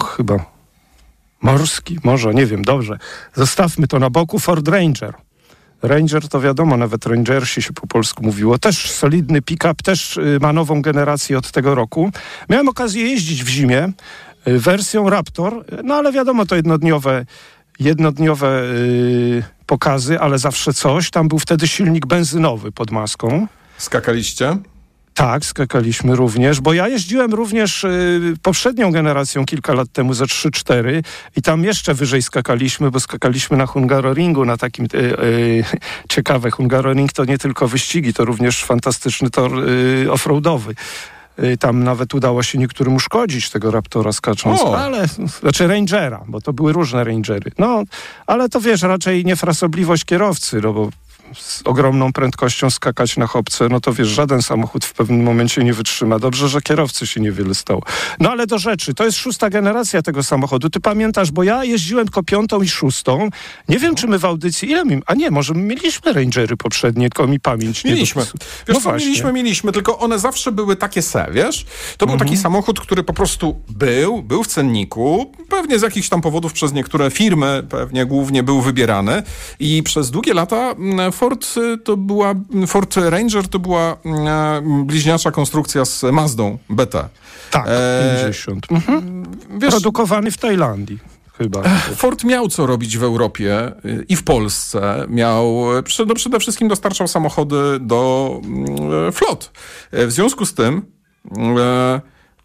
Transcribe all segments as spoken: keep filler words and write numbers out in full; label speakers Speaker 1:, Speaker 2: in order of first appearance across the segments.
Speaker 1: łańcuch chyba morski, może, nie wiem, dobrze. Zostawmy to na boku. Ford Ranger. Ranger to wiadomo, nawet Rangersi się po polsku mówiło. Też solidny pick-up, też y, ma nową generację od tego roku. Miałem okazję jeździć w zimie y, wersją Raptor, no ale wiadomo, to jednodniowe, jednodniowe y, pokazy, ale zawsze coś. Tam był wtedy silnik benzynowy pod maską.
Speaker 2: Skakaliście?
Speaker 1: Tak, skakaliśmy również, bo ja jeździłem również y, poprzednią generacją kilka lat temu, ze trzy cztery i tam jeszcze wyżej skakaliśmy, bo skakaliśmy na Hungaroringu, na takim y, y, ciekawe, Hungaroring to nie tylko wyścigi, to również fantastyczny tor y, offroadowy. Y, tam nawet udało się niektórym uszkodzić tego Raptora skacząc,
Speaker 2: o.
Speaker 1: ale, znaczy Rangera, bo to były różne Rangery. No, ale to wiesz, raczej niefrasobliwość kierowcy, no bo z ogromną prędkością skakać na chopce, no to wiesz, żaden samochód w pewnym momencie nie wytrzyma. Dobrze, że kierowcy się niewiele stało. No ale do rzeczy, to jest szósta generacja tego samochodu. Ty pamiętasz, bo ja jeździłem tylko piątą i szóstą. Nie wiem, czy my w audycji, ile mi, a nie, może my mieliśmy Rangery poprzednie, tylko mi pamięć nie
Speaker 2: Mieliśmy.
Speaker 1: dopisuje.
Speaker 2: Wiesz
Speaker 1: No
Speaker 2: co,
Speaker 1: właśnie.
Speaker 2: mieliśmy, mieliśmy, tylko one zawsze były takie se, wiesz? To był
Speaker 1: Mhm.
Speaker 2: taki samochód, który po prostu był, był w cenniku, pewnie z jakichś tam powodów przez niektóre firmy, pewnie głównie był wybierany i przez długie lata Ford to była, Ford Ranger to była e, bliźniacza konstrukcja z Mazdą B T.
Speaker 1: Tak,
Speaker 2: E,
Speaker 1: pięćdziesiąt. Mhm.
Speaker 2: Wiesz,
Speaker 1: Produkowany w Tajlandii. Chyba.
Speaker 2: Ford miał co robić w Europie y, i w Polsce. Miał, przy- no przede wszystkim dostarczał samochody do y, flot. Y, W związku z tym y,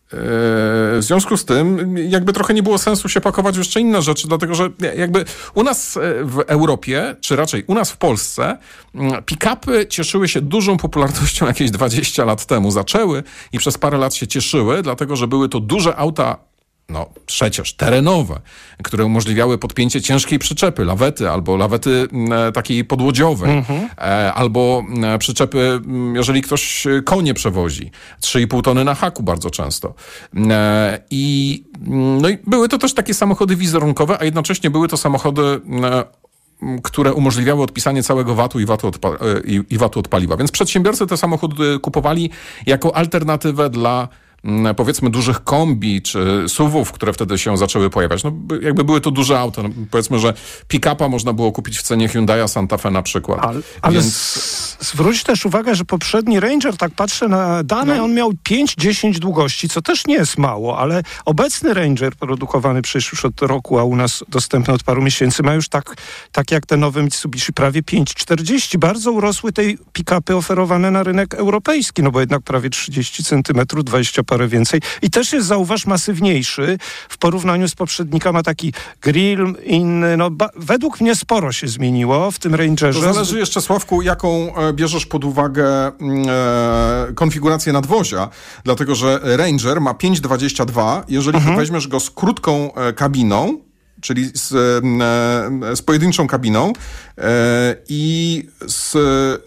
Speaker 2: w związku z tym jakby trochę nie było sensu się pakować w jeszcze inne rzeczy, dlatego że jakby u nas w Europie, czy raczej u nas w Polsce, pick-upy cieszyły się dużą popularnością jakieś dwadzieścia lat temu. Zaczęły i przez parę lat się cieszyły, dlatego że były to duże auta, no przecież terenowe, które umożliwiały podpięcie ciężkiej przyczepy, lawety albo lawety e, takiej podłodziowej, mhm. e, albo e, przyczepy, m, jeżeli ktoś konie przewozi, trzy i pół tony na haku bardzo często. E, i, no i były to też takie samochody wizerunkowe, a jednocześnie były to samochody e, które umożliwiały odpisanie całego vatu i vatu od, i, i vatu od paliwa. Więc przedsiębiorcy te samochody kupowali jako alternatywę dla powiedzmy dużych kombi czy suwów, które wtedy się zaczęły pojawiać. No, jakby były to duże auta. No, powiedzmy, że pick-upa można było kupić w cenie Hyundai'a Santa Fe na przykład.
Speaker 1: Ale, ale
Speaker 2: Więc...
Speaker 1: z, zwróć też uwagę, że poprzedni Ranger, tak patrzę na dane, no. on miał pięć dziesięć długości, co też nie jest mało, ale obecny Ranger, produkowany przecież już od roku, a u nas dostępny od paru miesięcy, ma już tak, tak jak te nowe Mitsubishi, prawie pięć czterdzieści. Bardzo urosły tej pick-upy oferowane na rynek europejski, no bo jednak prawie trzydzieści centymetrów, dwadzieścia parę więcej. I też jest, zauważ, masywniejszy. W porównaniu z poprzednika ma taki grill inny. No, ba- według mnie sporo się zmieniło w tym Rangerze.
Speaker 2: To zależy jeszcze, Sławku, jaką e, bierzesz pod uwagę e, konfigurację nadwozia, dlatego że Ranger ma pięć dwadzieścia dwa. Jeżeli mhm. weźmiesz go z krótką e, kabiną, czyli z, e, z pojedynczą kabiną e, i z,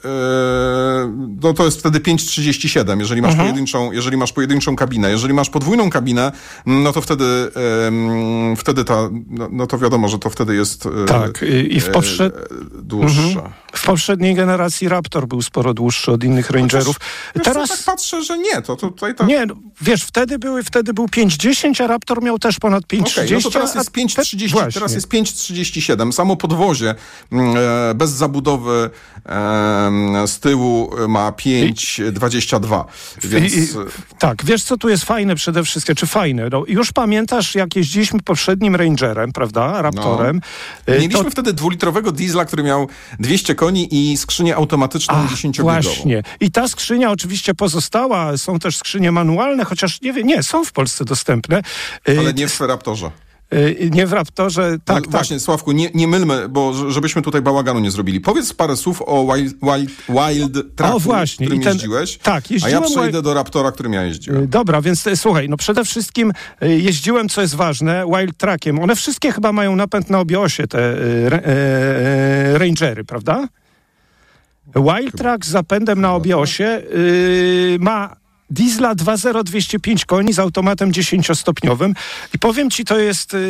Speaker 2: e, no to jest wtedy pięć trzydzieści siedem, jeżeli masz, mhm. pojedynczą, jeżeli masz pojedynczą kabinę. Jeżeli masz podwójną kabinę, no to wtedy e, wtedy ta, no, no to wiadomo, że to wtedy jest e,
Speaker 1: tak, i w poprzed...
Speaker 2: e, dłuższa. Mhm.
Speaker 1: W poprzedniej generacji Raptor był sporo dłuższy od innych Rangerów.
Speaker 2: Chociaż, Teraz tak patrzę, że nie, to tutaj tak...
Speaker 1: Nie, no, wiesz, wtedy były, wtedy był pięć dziesięć, a Raptor miał też ponad pięć trzydzieści.
Speaker 2: Okay, no to teraz jest pięć trzydzieści, te... teraz jest pięć trzydzieści siedem. Samo podwozie e, bez zabudowy e, z tyłu ma pięć dwadzieścia dwa. Więc...
Speaker 1: I, i, tak, wiesz co tu jest fajne przede wszystkim, czy fajne? No, już pamiętasz, jak jeździliśmy poprzednim Rangerem, prawda, Raptorem.
Speaker 2: No. Mieliśmy
Speaker 1: to...
Speaker 2: wtedy dwulitrowego diesla, który miał dwieście koni i skrzynię automatyczną dziesięciobiegową.
Speaker 1: Właśnie. I ta skrzynia oczywiście pozostała. Są też skrzynie manualne, chociaż nie wiem, nie, są w Polsce dostępne.
Speaker 2: Ale nie w Raptorze.
Speaker 1: Nie w Raptorze, tak,
Speaker 2: no,
Speaker 1: tak.
Speaker 2: Właśnie, Sławku, nie, nie mylmy, bo żebyśmy tutaj bałaganu nie zrobili. Powiedz parę słów o Wild, wild, wild Tracku, o, właśnie. którym I ten, jeździłeś,
Speaker 1: tak,
Speaker 2: jeździłem, a ja przejdę do Raptora, którym ja jeździłem.
Speaker 1: Dobra, więc słuchaj, no przede wszystkim jeździłem, co jest ważne, Wild Trackiem. One wszystkie chyba mają napęd na obie osie, te e, e, Rangery, prawda? Wild Track z zapędem na obie osie yy, ma diesla dwa zero dwieście pięć koni z automatem dziesięciostopniowym i powiem ci, to jest yy,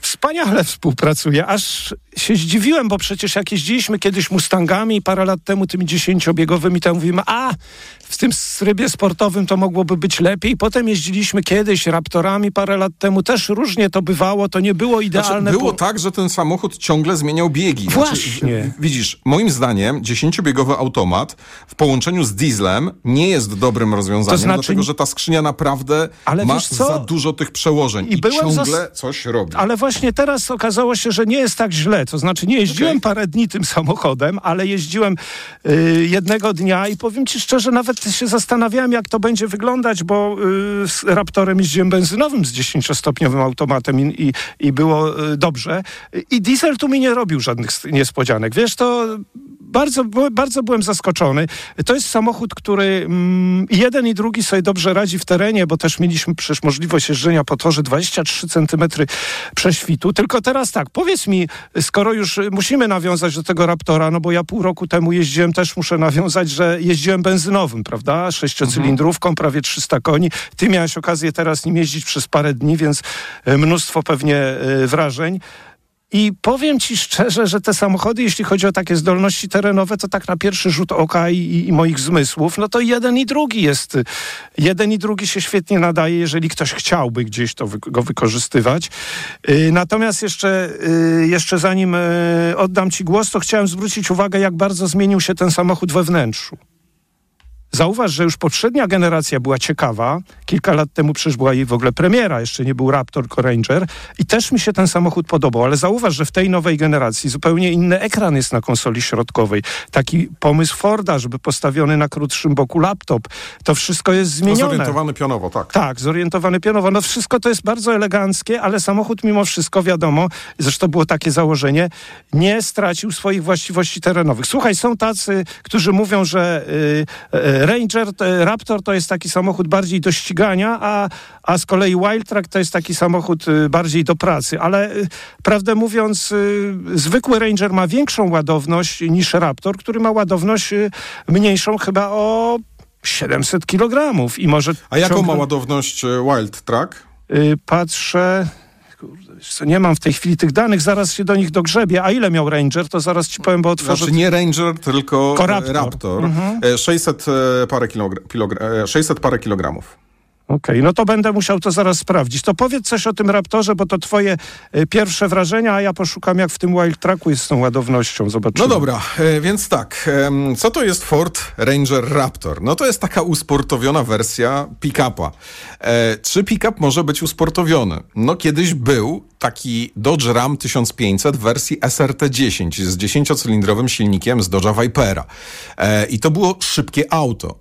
Speaker 1: Wspaniale współpracuje. Aż się zdziwiłem, bo przecież jak jeździliśmy kiedyś Mustangami parę lat temu tymi dziesięciobiegowymi, to mówimy, a w tym trybie sportowym to mogłoby być lepiej. Potem jeździliśmy kiedyś Raptorami parę lat temu. Też różnie to bywało, to nie było idealne.
Speaker 2: Znaczy, było
Speaker 1: bo...
Speaker 2: tak, że ten samochód ciągle zmieniał biegi.
Speaker 1: Właśnie.
Speaker 2: Znaczy, widzisz, moim zdaniem dziesięciobiegowy automat w połączeniu z dieslem nie jest dobrym rozwiązaniem, to znaczy... dlatego, że ta skrzynia naprawdę Ale ma za dużo tych przełożeń i, i ciągle zas... coś robi.
Speaker 1: Ale właśnie teraz okazało się, że nie jest tak źle. To znaczy nie jeździłem okay. parę dni tym samochodem, ale jeździłem y, jednego dnia i powiem ci szczerze, nawet się zastanawiałem, jak to będzie wyglądać, bo y, z Raptorem jeździłem benzynowym z dziesięciostopniowym automatem i, i, i było y, dobrze. I diesel tu mi nie robił żadnych niespodzianek. Wiesz, to bardzo, bardzo byłem zaskoczony. To jest samochód, który mm, jeden i drugi sobie dobrze radzi w terenie, bo też mieliśmy przecież możliwość jeżdżenia po torze dwadzieścia trzy centymetry prześwitu. Tylko teraz tak, powiedz mi, skoro już musimy nawiązać do tego Raptora, no bo ja pół roku temu jeździłem, też muszę nawiązać, że jeździłem benzynowym, prawda? Sześciocylindrówką, prawie trzysta koni. Ty miałeś okazję teraz nim jeździć przez parę dni, więc mnóstwo pewnie wrażeń. I powiem ci szczerze, że te samochody, jeśli chodzi o takie zdolności terenowe, to tak na pierwszy rzut oka i, i, i moich zmysłów, no to jeden i drugi jest, jeden i drugi się świetnie nadaje, jeżeli ktoś chciałby gdzieś to wy, go wykorzystywać. Yy, natomiast jeszcze, yy, jeszcze zanim yy, oddam ci głos, to chciałem zwrócić uwagę, jak bardzo zmienił się ten samochód we wnętrzu. Zauważ, że już poprzednia generacja była ciekawa. Kilka lat temu przecież była jej w ogóle premiera. Jeszcze nie był Raptor, tylko Ranger. I też mi się ten samochód podobał. Ale zauważ, że w tej nowej generacji zupełnie inny ekran jest na konsoli środkowej. Taki pomysł Forda, żeby postawiony na krótszym boku laptop. To wszystko jest zmienione.
Speaker 2: No, zorientowany pionowo, tak.
Speaker 1: Tak, zorientowany pionowo. No wszystko to jest bardzo eleganckie, ale samochód mimo wszystko, wiadomo, zresztą było takie założenie, nie stracił swoich właściwości terenowych. Słuchaj, są tacy, którzy mówią, że yy, yy, Ranger, Raptor to jest taki samochód bardziej do ścigania, a, a z kolei Wildtrak to jest taki samochód y, bardziej do pracy. Ale y, prawdę mówiąc, y, zwykły Ranger ma większą ładowność niż Raptor, który ma ładowność y, mniejszą chyba o siedemset kilogramów. I może
Speaker 2: a jaką ciągle... ma ładowność Wildtrak?
Speaker 1: Y, patrzę... Co, nie mam w tej chwili tych danych, zaraz się do nich dogrzebię. A ile miał Ranger, to zaraz ci powiem, bo otworzę...
Speaker 2: Znaczy nie Ranger, tylko
Speaker 1: Raptor.
Speaker 2: Raptor.
Speaker 1: Mhm.
Speaker 2: sześćset parę kilogra- sześćset parę kilogramów.
Speaker 1: Okej, okay, no to będę musiał to zaraz sprawdzić. To powiedz coś o tym Raptorze, bo to twoje y, pierwsze wrażenia, a ja poszukam, jak w tym Wildtraku jest z tą ładownością. Zobaczymy.
Speaker 2: No dobra, e, więc tak. E, co to jest Ford Ranger Raptor? No to jest taka usportowiona wersja pick-upa. E, czy pick-up może być usportowiony? No kiedyś był taki Dodge Ram tysiąc pięćset w wersji S R T dziesięć z dziesięciocylindrowym silnikiem z Dodge'a Vipera. E, I to było szybkie auto.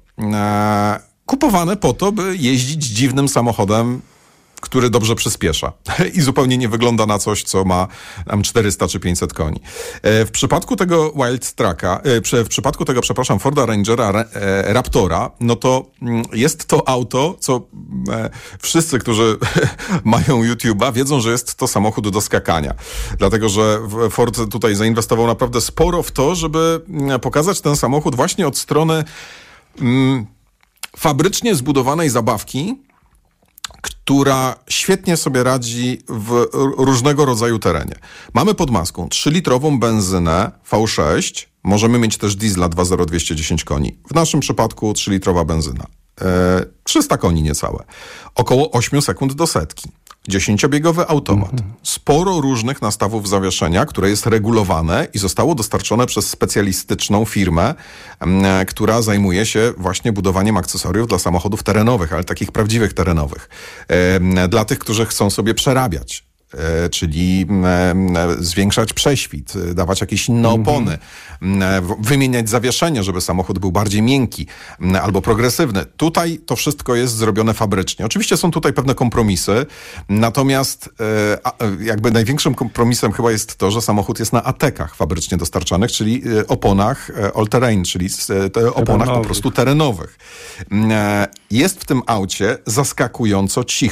Speaker 2: E, kupowane po to, by jeździć dziwnym samochodem, który dobrze przyspiesza i zupełnie nie wygląda na coś, co ma tam czterysta czy pięćset koni. W przypadku tego Wildtraka, w przypadku tego, przepraszam, Forda Rangera Raptora, no to jest to auto, co wszyscy, którzy mają YouTube'a, wiedzą, że jest to samochód do skakania. Dlatego, że Ford tutaj zainwestował naprawdę sporo w to, żeby pokazać ten samochód właśnie od strony mm, fabrycznie zbudowanej zabawki, która świetnie sobie radzi w różnego rodzaju terenie. Mamy pod maską trzylitrową benzynę V sześć, możemy mieć też diesla dwa zero dwieście dziesięć koni. W naszym przypadku trzylitrowa benzyna. E, trzysta koni niecałe. Około osiem sekund do setki. Dziesięciobiegowy automat. Sporo różnych nastawów zawieszenia, które jest regulowane i zostało dostarczone przez specjalistyczną firmę, m, która zajmuje się właśnie budowaniem akcesoriów dla samochodów terenowych, ale takich prawdziwych terenowych. E, dla tych, którzy chcą sobie przerabiać. E, czyli e, zwiększać prześwit, e, dawać jakieś inne opony, e, wymieniać zawieszenie, żeby samochód był bardziej miękki e, albo progresywny. Tutaj to wszystko jest zrobione fabrycznie. Oczywiście są tutaj pewne kompromisy, natomiast e, a, jakby największym kompromisem chyba jest to, że samochód jest na atekach fabrycznie dostarczanych, czyli e, oponach e, all-terrain, czyli e, oponach po prostu terenowych. E, jest w tym aucie zaskakująco cicho.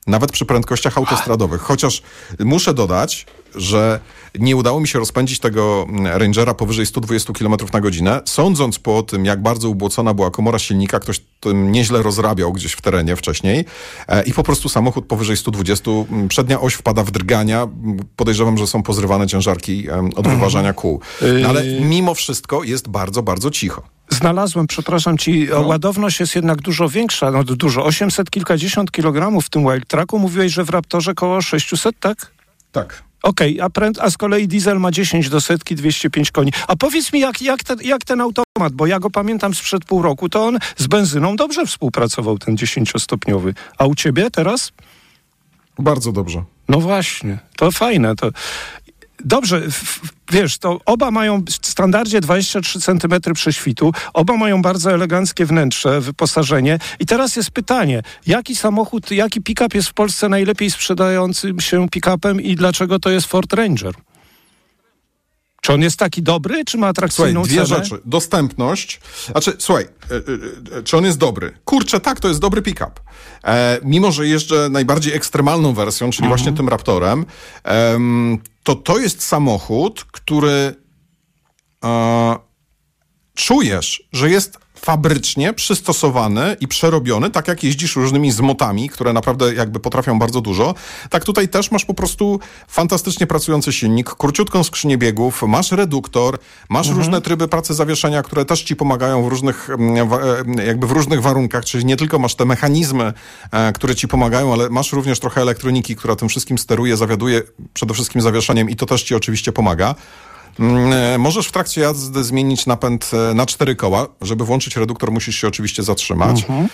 Speaker 2: Nawet przy prędkościach autostradowych. Chociaż muszę dodać, że nie udało mi się rozpędzić tego Rangera powyżej sto dwadzieścia kilometrów na godzinę. Sądząc po tym, jak bardzo ubłocona była komora silnika, ktoś tym nieźle rozrabiał gdzieś w terenie wcześniej e, i po prostu samochód powyżej sto dwadzieścia, przednia oś wpada w drgania. Podejrzewam, że są pozrywane ciężarki e, od wyważania kół. No, ale mimo wszystko jest bardzo, bardzo cicho.
Speaker 1: Znalazłem, przepraszam ci, no. Ładowność jest jednak dużo większa, no dużo, osiemset kilkadziesiąt kilogramów w tym Wildtracku. Mówiłeś, że w Raptorze koło sześćset, tak?
Speaker 2: Tak.
Speaker 1: Okej, okay, a, pręd, a z kolei diesel ma dziesięć do setki, dwieście pięć koni. A powiedz mi, jak, jak, ten, jak ten automat, bo ja go pamiętam sprzed pół roku, to on z benzyną dobrze współpracował, ten dziesięciostopniowy. A u ciebie teraz?
Speaker 2: Bardzo dobrze.
Speaker 1: No właśnie, to fajne. To... Dobrze, w, wiesz, to oba mają w standardzie dwadzieścia trzy centymetry prześwitu, oba mają bardzo eleganckie wnętrze, wyposażenie. I teraz jest pytanie, jaki samochód, jaki pick-up jest w Polsce najlepiej sprzedającym się pick-upem i dlaczego to jest Ford Ranger? Czy on jest taki dobry, czy ma atrakcyjną
Speaker 2: słuchaj, dwie
Speaker 1: cenę?
Speaker 2: rzeczy. Dostępność. Znaczy, słuchaj, e, e, czy on jest dobry? Kurczę, tak, to jest dobry pick-up. E, mimo, że jeżdżę najbardziej ekstremalną wersją, czyli mhm. właśnie tym Raptorem, e, to to jest samochód, który e, czujesz, że jest fabrycznie przystosowany i przerobiony, tak jak jeździsz różnymi zmotami, które naprawdę jakby potrafią bardzo dużo, tak tutaj też masz po prostu fantastycznie pracujący silnik, króciutką skrzynię biegów, masz reduktor, masz mhm. różne tryby pracy zawieszenia, które też ci pomagają w różnych, jakby w różnych warunkach, czyli nie tylko masz te mechanizmy, które ci pomagają, ale masz również trochę elektroniki, która tym wszystkim steruje, zawiaduje przede wszystkim zawieszeniem i to też ci oczywiście pomaga. Możesz w trakcie jazdy zmienić napęd na cztery koła. Żeby włączyć reduktor, musisz się oczywiście zatrzymać. Mhm.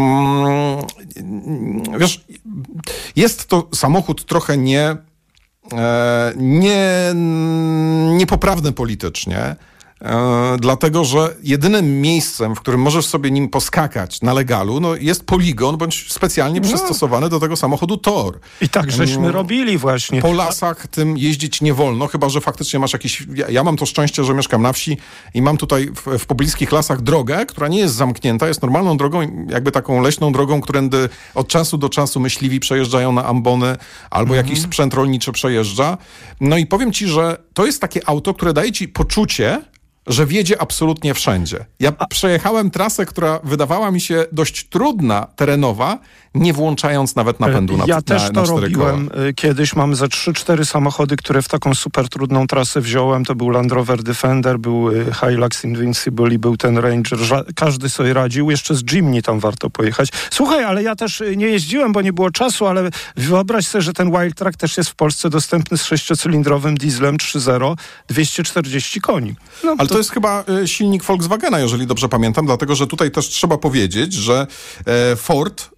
Speaker 2: Wiesz, jest to samochód trochę nie, nie, niepoprawny politycznie, E, dlatego, że jedynym miejscem, w którym możesz sobie nim poskakać na legalu, no, jest poligon, bądź specjalnie no. przystosowany do tego samochodu tor.
Speaker 1: I tak żeśmy um, robili właśnie.
Speaker 2: Po lasach tym jeździć nie wolno, chyba że faktycznie masz jakiś... Ja, ja mam to szczęście, że mieszkam na wsi i mam tutaj w, w pobliskich lasach drogę, która nie jest zamknięta, jest normalną drogą, jakby taką leśną drogą, którędy od czasu do czasu myśliwi przejeżdżają na ambony, albo mhm. jakiś sprzęt rolniczy przejeżdża. No i powiem ci, że to jest takie auto, które daje ci poczucie, że wjedzie absolutnie wszędzie. Ja przejechałem trasę, która wydawała mi się dość trudna, terenowa, nie włączając nawet napędu na,
Speaker 1: ja
Speaker 2: na,
Speaker 1: też
Speaker 2: na
Speaker 1: to
Speaker 2: cztery
Speaker 1: robiłem
Speaker 2: koła.
Speaker 1: Kiedyś. Mam ze trzy cztery samochody, które w taką super trudną trasę wziąłem. To był Land Rover Defender, był Hilux Invincible i był ten Ranger. Każdy sobie radził. Jeszcze z Jimny tam warto pojechać. Słuchaj, ale ja też nie jeździłem, bo nie było czasu, ale wyobraź sobie, że ten Wildtrak też jest w Polsce dostępny z sześciocylindrowym dieslem trzy zero, dwieście czterdzieści koni. No,
Speaker 2: ale
Speaker 1: to...
Speaker 2: to jest chyba silnik Volkswagena, jeżeli dobrze pamiętam, dlatego, że tutaj też trzeba powiedzieć, że Ford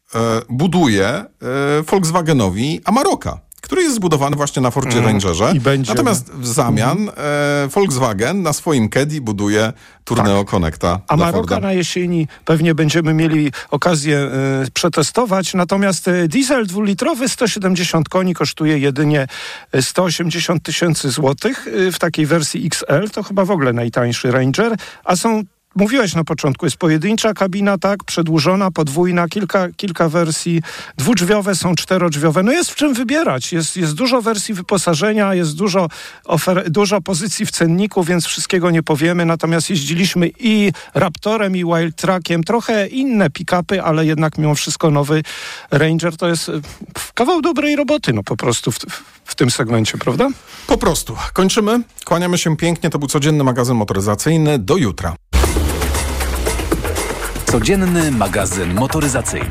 Speaker 2: buduje Volkswagenowi Amaroka, który jest zbudowany właśnie na Fordzie mm, Rangerze. Natomiast w zamian mm. e, Volkswagen na swoim Caddy buduje Tourneo tak. Connecta.
Speaker 1: Amaroka na jesieni pewnie będziemy mieli okazję e, przetestować. Natomiast e, diesel dwulitrowy sto siedemdziesiąt koni kosztuje jedynie sto osiemdziesiąt tysięcy złotych. E, w takiej wersji X L to chyba w ogóle najtańszy Ranger, a są... Mówiłeś na początku, jest pojedyncza kabina, tak, przedłużona, podwójna, kilka, kilka wersji, dwudrzwiowe są czterodrzwiowe. No jest w czym wybierać, jest, jest dużo wersji wyposażenia, jest dużo, ofer- dużo pozycji w cenniku, więc wszystkiego nie powiemy, natomiast jeździliśmy i Raptorem, i Wildtrackiem, trochę inne pick-upy, ale jednak mimo wszystko nowy Ranger to jest kawał dobrej roboty, no po prostu w, w tym segmencie, prawda?
Speaker 2: Po prostu. Kończymy, kłaniamy się pięknie, to był codzienny magazyn motoryzacyjny, do jutra.
Speaker 3: Codzienny magazyn motoryzacyjny.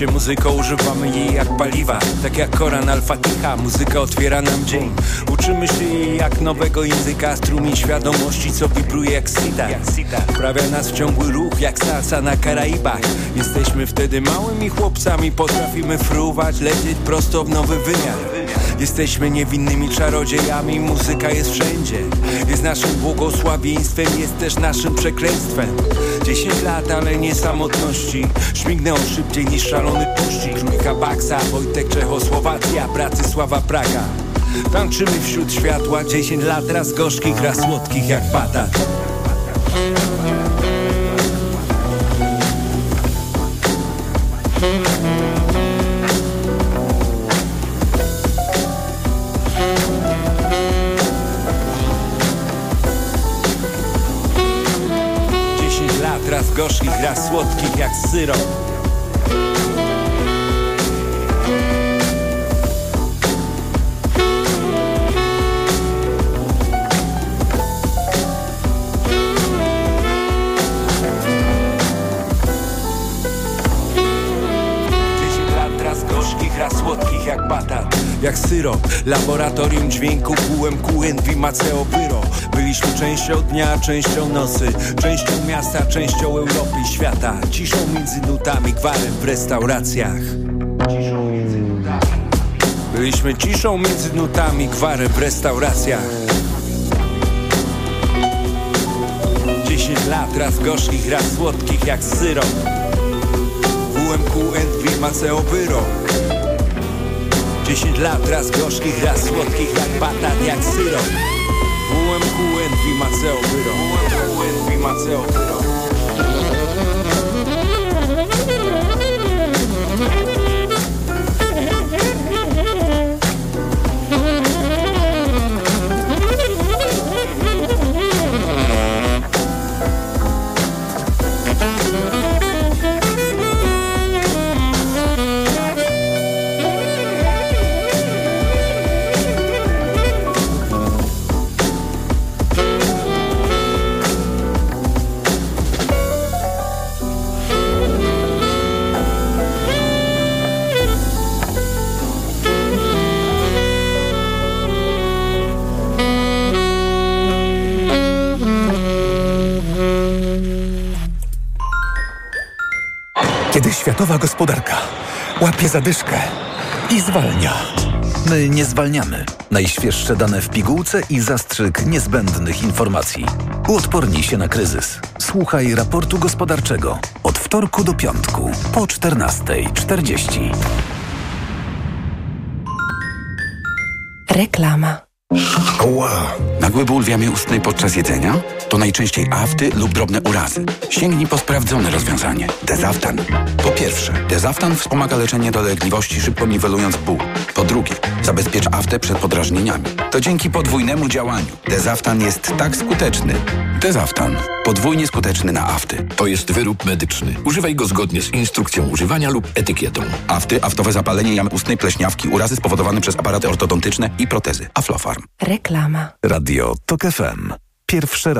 Speaker 4: się muzyką, używamy jej jak paliwa. Tak jak Koran Al-Fatiha, muzyka otwiera nam dzień. Uczymy się jej jak nowego języka, strumień świadomości, co wibruje jak sitar. Wprawia nas w ciągły ruch, jak salsa na Karaibach. Jesteśmy wtedy małymi chłopcami, potrafimy fruwać, lecieć prosto w nowy wymiar. Jesteśmy niewinnymi czarodziejami, muzyka jest wszędzie. Jest naszym błogosławieństwem, jest też naszym przekleństwem. Dziesięć lat, ale nie samotności. Śmignęło szybciej niż szalony puścik. Trójka Baksa, Wojtek Czechosłowacja, Bratysława Praga. Tańczymy wśród światła. Dziesięć lat, raz gorzkich, raz słodkich jak batat. Raz gorzkich, raz słodkich jak syrop. Dziesięć lat, raz gorzkich, raz słodkich jak batat. Jak syrop, laboratorium dźwięku Q M Q N V Maceo Pyro. Byliśmy częścią dnia, częścią nocy, częścią miasta, częścią Europy i świata. Ciszą między nutami, gwarem w restauracjach. Ciszą między nutami. Byliśmy ciszą między nutami, gwarem w restauracjach. Dziesięć lat, raz gorzkich, raz słodkich jak syrop. Q M Q N V Maceo Pyro. Dziesięć lat, raz gorzkich, raz słodkich jak batat, jak syrop. Q M Q N V Maceo Pyro. Q M Q N V Maceo Pyro.
Speaker 5: Kiedy światowa gospodarka łapie zadyszkę i zwalnia.
Speaker 3: My nie zwalniamy. Najświeższe dane w pigułce i zastrzyk niezbędnych informacji. Uodpornij się na kryzys. Słuchaj raportu gospodarczego od wtorku do piątku po czternasta czterdzieści.
Speaker 6: Reklama.
Speaker 7: Ła! Nagły ból w jamie ustnej podczas jedzenia? To najczęściej afty lub drobne urazy. Sięgnij po sprawdzone rozwiązanie. Dezaftan. Po pierwsze, Dezaftan wspomaga leczenie dolegliwości, szybko niwelując ból. Po drugie, zabezpiecz aftę przed podrażnieniami. To dzięki podwójnemu działaniu. Dezaftan jest tak skuteczny. Dezaftan. Podwójnie skuteczny na afty.
Speaker 8: To jest wyrób medyczny. Używaj go zgodnie z instrukcją używania lub etykietą.
Speaker 7: Afty, aftowe zapalenie jamy ustnej, pleśniawki, urazy spowodowane przez aparaty ortodontyczne i protezy. Aflofarm.
Speaker 6: Reklama.
Speaker 3: Radio Tok F M. Pierwsze